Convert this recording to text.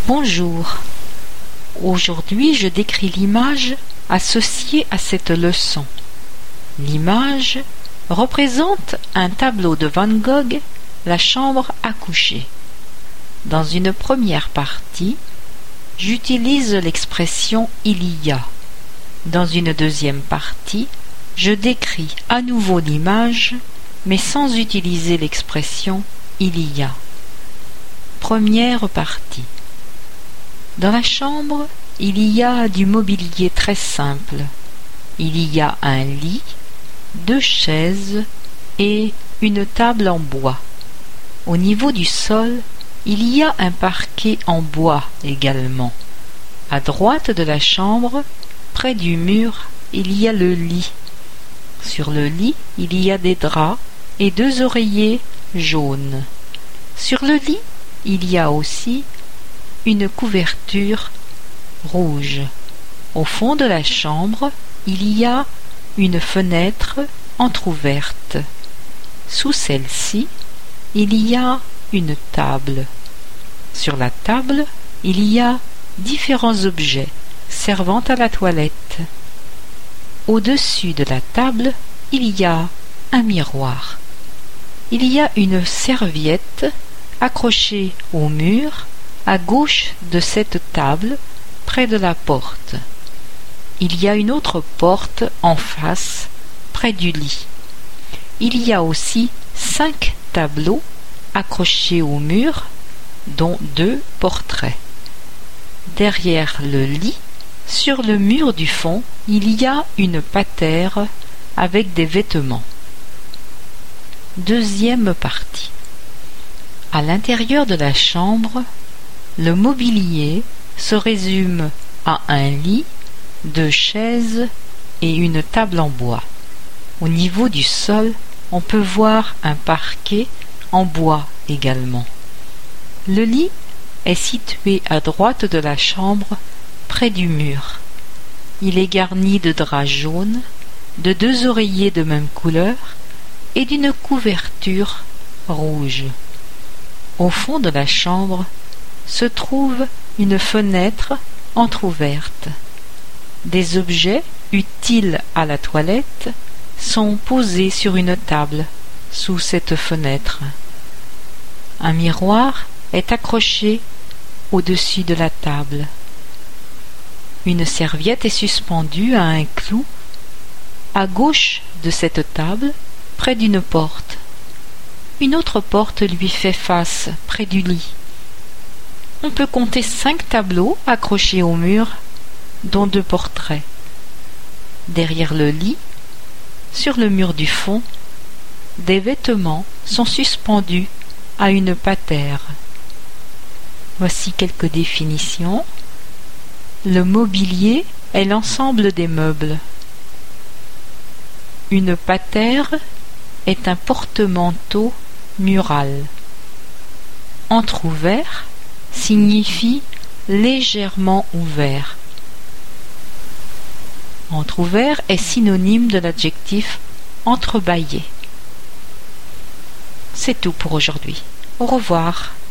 Bonjour. Aujourd'hui, je décris l'image associée à cette leçon. L'image représente un tableau de Van Gogh, La chambre à coucher. Dans une première partie, j'utilise l'expression « il y a ». Dans une deuxième partie, je décris à nouveau l'image, mais sans utiliser l'expression « il y a ». Première partie. Dans la chambre, il y a du mobilier très simple. Il y a un lit, 2 chaises et une table en bois. Au niveau du sol, il y a un parquet en bois également. À droite de la chambre, près du mur, il y a le lit. Sur le lit, il y a des draps et 2 oreillers jaunes. Sur le lit, il y a aussi une couverture rouge. Au fond de la chambre, il y a une fenêtre entr'ouverte. Sous celle-ci, il y a une table. Sur la table, il y a différents objets servant à la toilette. Au-dessus de la table, il y a un miroir. Il y a une serviette accrochée au mur à gauche de cette table, près de la porte. Il y a une autre porte en face, près du lit. Il y a aussi 5 tableaux accrochés au mur, dont 2 portraits. Derrière le lit, sur le mur du fond, il y a une patère avec des vêtements. Deuxième partie. À l'intérieur de la chambre, le mobilier se résume à un lit, 2 chaises et une table en bois. Au niveau du sol, on peut voir un parquet en bois également. Le lit est situé à droite de la chambre, près du mur. Il est garni de draps jaunes, de 2 oreillers de même couleur et d'une couverture rouge. Au fond de la chambre se trouve une fenêtre entr'ouverte. Des objets utiles à la toilette sont posés sur une table sous cette fenêtre. Un miroir est accroché au-dessus de la table. Une serviette est suspendue à un clou à gauche de cette table, près d'une porte. Une autre porte lui fait face, près du lit. On peut compter 5 tableaux accrochés au mur, dont 2 portraits. Derrière le lit, sur le mur du fond, des vêtements sont suspendus à une patère. Voici quelques définitions. Le mobilier est l'ensemble des meubles. Une patère est un porte-manteau mural. Entrouvert signifie légèrement ouvert. Entrouvert est synonyme de l'adjectif entrebâillé. C'est tout pour aujourd'hui. Au revoir.